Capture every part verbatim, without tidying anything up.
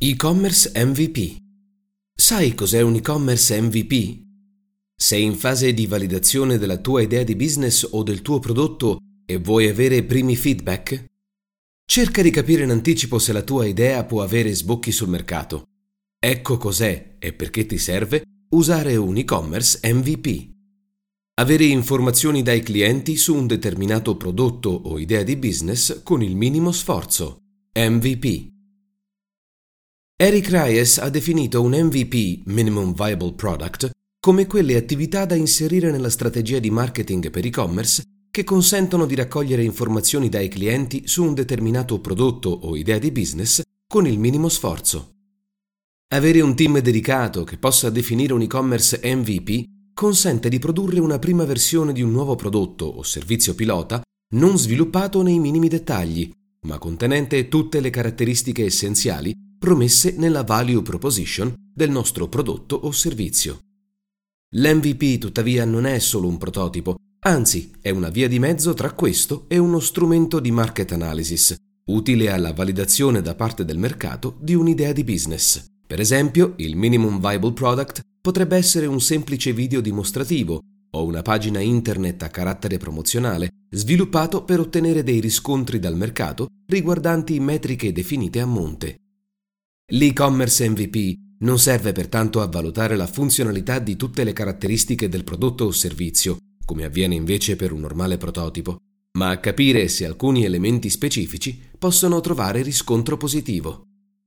E-commerce M V P. Sai cos'è un e-commerce M V P? Sei in fase di validazione della tua idea di business o del tuo prodotto e vuoi avere primi feedback? Cerca di capire in anticipo se la tua idea può avere sbocchi sul mercato. Ecco cos'è e perché ti serve usare un e-commerce M V P. Avere informazioni dai clienti su un determinato prodotto o idea di business con il minimo sforzo. M V P. Eric Ries ha definito un M V P, Minimum Viable Product, come quelle attività da inserire nella strategia di marketing per e-commerce che consentono di raccogliere informazioni dai clienti su un determinato prodotto o idea di business con il minimo sforzo. Avere un team dedicato che possa definire un e-commerce M V P consente di produrre una prima versione di un nuovo prodotto o servizio pilota non sviluppato nei minimi dettagli, ma contenente tutte le caratteristiche essenziali promesse nella value proposition del nostro prodotto o servizio. L'M V P tuttavia non è solo un prototipo, anzi è una via di mezzo tra questo e uno strumento di market analysis, utile alla validazione da parte del mercato di un'idea di business. Per esempio, il Minimum Viable Product potrebbe essere un semplice video dimostrativo o una pagina internet a carattere promozionale sviluppato per ottenere dei riscontri dal mercato riguardanti metriche definite a monte. L'e-commerce M V P non serve pertanto a valutare la funzionalità di tutte le caratteristiche del prodotto o servizio, come avviene invece per un normale prototipo, ma a capire se alcuni elementi specifici possono trovare riscontro positivo.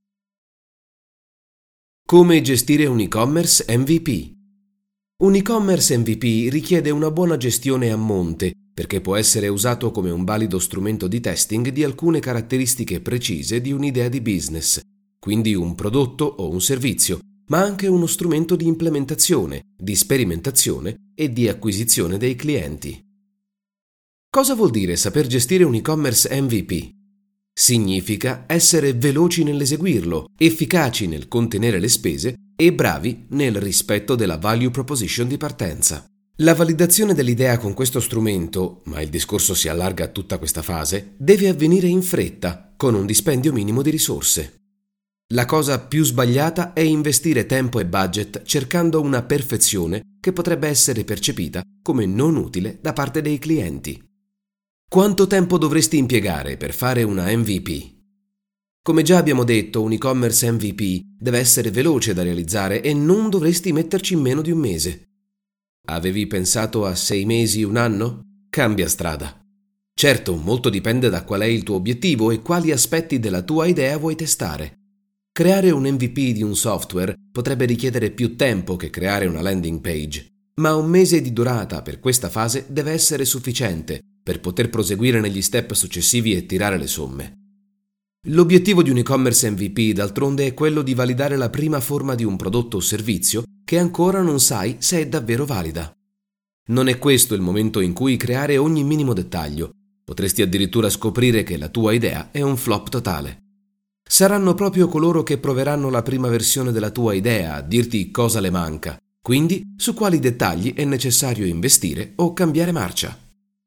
Come gestire un e-commerce M V P? Un e-commerce M V P richiede una buona gestione a monte perché può essere usato come un valido strumento di testing di alcune caratteristiche precise di un'idea di business, quindi un prodotto o un servizio, ma anche uno strumento di implementazione, di sperimentazione e di acquisizione dei clienti. Cosa vuol dire saper gestire un e-commerce M V P? Significa essere veloci nell'eseguirlo, efficaci nel contenere le spese e bravi nel rispetto della value proposition di partenza. La validazione dell'idea con questo strumento, ma il discorso si allarga a tutta questa fase, deve avvenire in fretta, con un dispendio minimo di risorse. La cosa più sbagliata è investire tempo e budget cercando una perfezione che potrebbe essere percepita come non utile da parte dei clienti. Quanto tempo dovresti impiegare per fare una M V P? Come già abbiamo detto, un e-commerce M V P deve essere veloce da realizzare e non dovresti metterci meno di un mese. Avevi pensato a sei mesi, un anno? Cambia strada. Certo, molto dipende da qual è il tuo obiettivo e quali aspetti della tua idea vuoi testare. Creare un M V P di un software potrebbe richiedere più tempo che creare una landing page, ma un mese di durata per questa fase deve essere sufficiente per poter proseguire negli step successivi e tirare le somme. L'obiettivo di un e-commerce M V P, d'altronde, è quello di validare la prima forma di un prodotto o servizio che ancora non sai se è davvero valida. Non è questo il momento in cui creare ogni minimo dettaglio. Potresti addirittura scoprire che la tua idea è un flop totale. Saranno proprio coloro che proveranno la prima versione della tua idea a dirti cosa le manca, quindi su quali dettagli è necessario investire o cambiare marcia.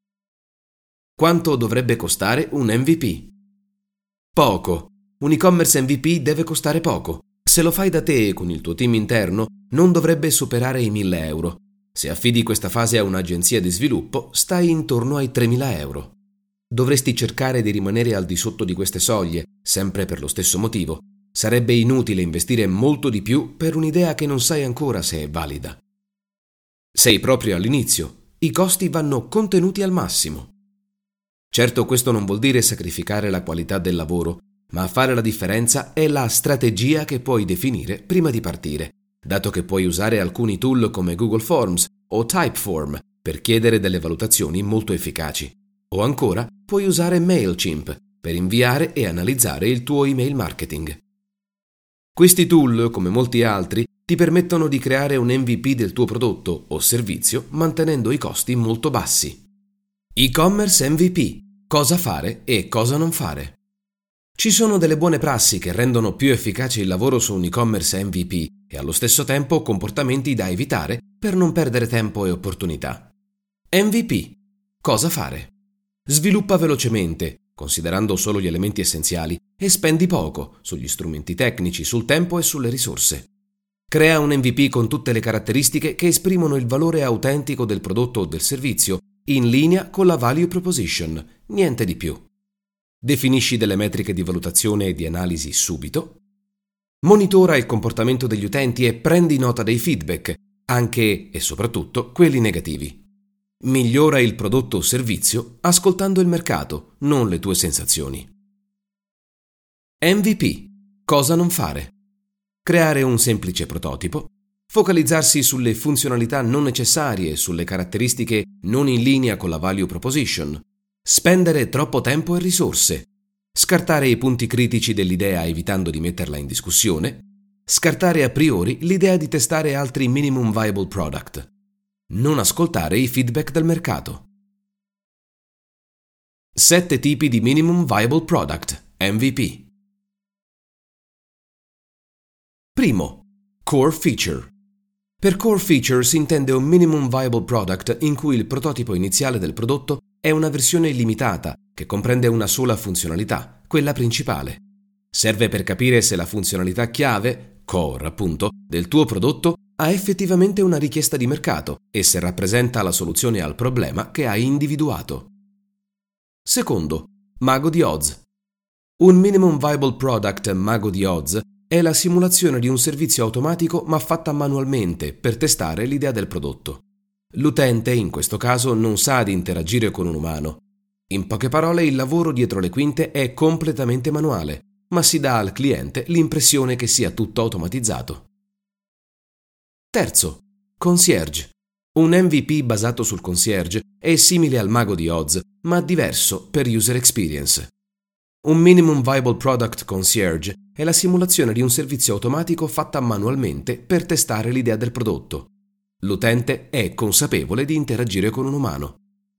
Quanto dovrebbe costare un M V P? Poco. Un e-commerce M V P deve costare poco. Se lo fai da te con il tuo team interno, non dovrebbe superare i mille euro. Se affidi questa fase a un'agenzia di sviluppo, stai intorno ai tremila euro. Dovresti cercare di rimanere al di sotto di queste soglie, sempre per lo stesso motivo. Sarebbe inutile investire molto di più per un'idea che non sai ancora se è valida. Sei proprio all'inizio. I costi vanno contenuti al massimo. Certo, questo non vuol dire sacrificare la qualità del lavoro, ma a fare la differenza è la strategia che puoi definire prima di partire, dato che puoi usare alcuni tool come Google Forms o Typeform per chiedere delle valutazioni molto efficaci. O ancora, puoi usare MailChimp per inviare e analizzare il tuo email marketing. Questi tool, come molti altri, ti permettono di creare un M V P del tuo prodotto o servizio mantenendo i costi molto bassi. E-commerce M V P. Cosa fare e cosa non fare? Ci sono delle buone prassi che rendono più efficace il lavoro su un e-commerce M V P e allo stesso tempo comportamenti da evitare per non perdere tempo e opportunità. M V P. Cosa fare? Sviluppa velocemente, considerando solo gli elementi essenziali, e spendi poco sugli strumenti tecnici, sul tempo e sulle risorse. Crea un M V P con tutte le caratteristiche che esprimono il valore autentico del prodotto o del servizio, in linea con la value proposition, niente di più. Definisci delle metriche di valutazione e di analisi subito. Monitora il comportamento degli utenti e prendi nota dei feedback, anche e soprattutto quelli negativi. Migliora il prodotto o servizio ascoltando il mercato, non le tue sensazioni. M V P. Cosa non fare? Creare un semplice prototipo, focalizzarsi sulle funzionalità non necessarie e sulle caratteristiche non in linea con la value proposition, spendere troppo tempo e risorse, scartare i punti critici dell'idea evitando di metterla in discussione, scartare a priori l'idea di testare altri minimum viable product, non ascoltare i feedback del mercato. Sette tipi di minimum viable product, M V P. Primo, core feature. Per core feature si intende un minimum viable product in cui il prototipo iniziale del prodotto è una versione limitata che comprende una sola funzionalità, quella principale. Serve per capire se la funzionalità chiave, core appunto, del tuo prodotto ha effettivamente una richiesta di mercato e se rappresenta la soluzione al problema che hai individuato. Secondo, mago di Oz. Un minimum viable product mago di Oz è la simulazione di un servizio automatico ma fatta manualmente per testare l'idea del prodotto. L'utente, in questo caso, non sa di interagire con un umano. In poche parole, il lavoro dietro le quinte è completamente manuale, ma si dà al cliente l'impressione che sia tutto automatizzato. Terzo, concierge. Un M V P basato sul concierge è simile al mago di Oz, ma diverso per user experience. Un minimum viable product concierge è la simulazione di un servizio automatico fatta manualmente per testare l'idea del prodotto. L'utente è consapevole di interagire con un umano.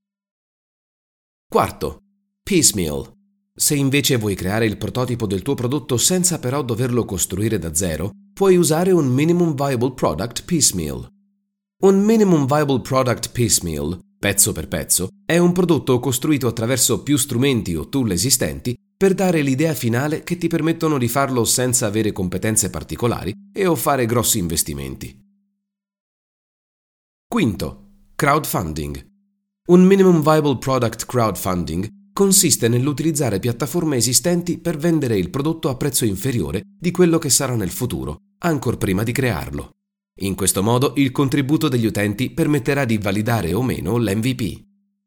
Quarto, piecemeal. Se invece vuoi creare il prototipo del tuo prodotto senza però doverlo costruire da zero, puoi usare un minimum viable product piecemeal. Un minimum viable product piecemeal, pezzo per pezzo, è un prodotto costruito attraverso più strumenti o tool esistenti per dare l'idea finale che ti permettono di farlo senza avere competenze particolari e o fare grossi investimenti. Quinto, crowdfunding. Un minimum viable product crowdfunding consiste nell'utilizzare piattaforme esistenti per vendere il prodotto a prezzo inferiore di quello che sarà nel futuro, ancor prima di crearlo. In questo modo il contributo degli utenti permetterà di validare o meno l'M V P.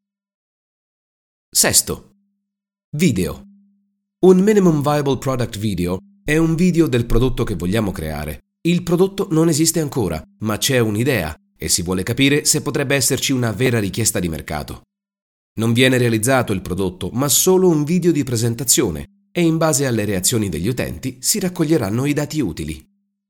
Sesto, video. Un minimum viable product video è un video del prodotto che vogliamo creare. Il prodotto non esiste ancora, ma c'è un'idea e si vuole capire se potrebbe esserci una vera richiesta di mercato. Non viene realizzato il prodotto, ma solo un video di presentazione e in base alle reazioni degli utenti si raccoglieranno i dati utili.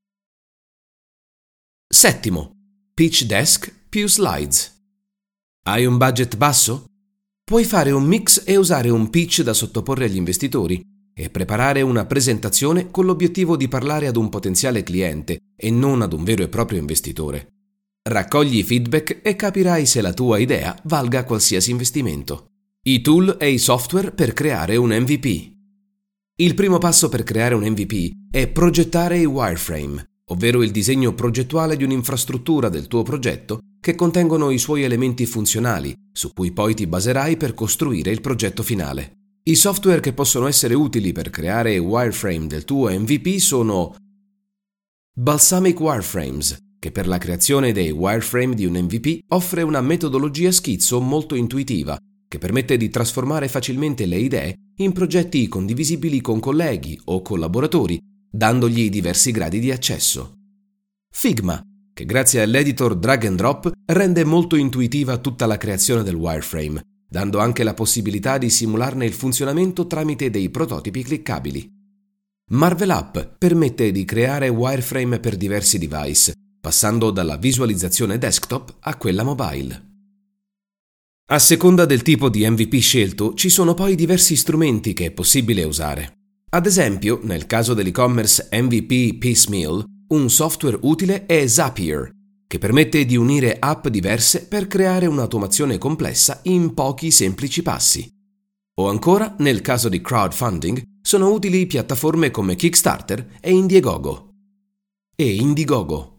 Settimo, pitch deck più slides. Hai un budget basso? Puoi fare un mix e usare un pitch da sottoporre agli investitori e preparare una presentazione con l'obiettivo di parlare ad un potenziale cliente e non ad un vero e proprio investitore. Raccogli i feedback e capirai se la tua idea valga qualsiasi investimento. I tool e i software per creare un M V P. Il primo passo per creare un M V P è progettare i wireframe, ovvero il disegno progettuale di un'infrastruttura del tuo progetto che contengono i suoi elementi funzionali, su cui poi ti baserai per costruire il progetto finale. I software che possono essere utili per creare i wireframe del tuo M V P sono Balsamiq Wireframes, che per la creazione dei wireframe di un M V P offre una metodologia schizzo molto intuitiva, che permette di trasformare facilmente le idee in progetti condivisibili con colleghi o collaboratori, dandogli diversi gradi di accesso. Figma, che grazie all'editor drag and drop rende molto intuitiva tutta la creazione del wireframe, dando anche la possibilità di simularne il funzionamento tramite dei prototipi cliccabili. Marvel App permette di creare wireframe per diversi device, passando dalla visualizzazione desktop a quella mobile. A seconda del tipo di M V P scelto, ci sono poi diversi strumenti che è possibile usare. Ad esempio, nel caso dell'e-commerce M V P Piecemeal, un software utile è Zapier, che permette di unire app diverse per creare un'automazione complessa in pochi semplici passi. O ancora, nel caso di crowdfunding, sono utili piattaforme come Kickstarter e Indiegogo. E Indiegogo,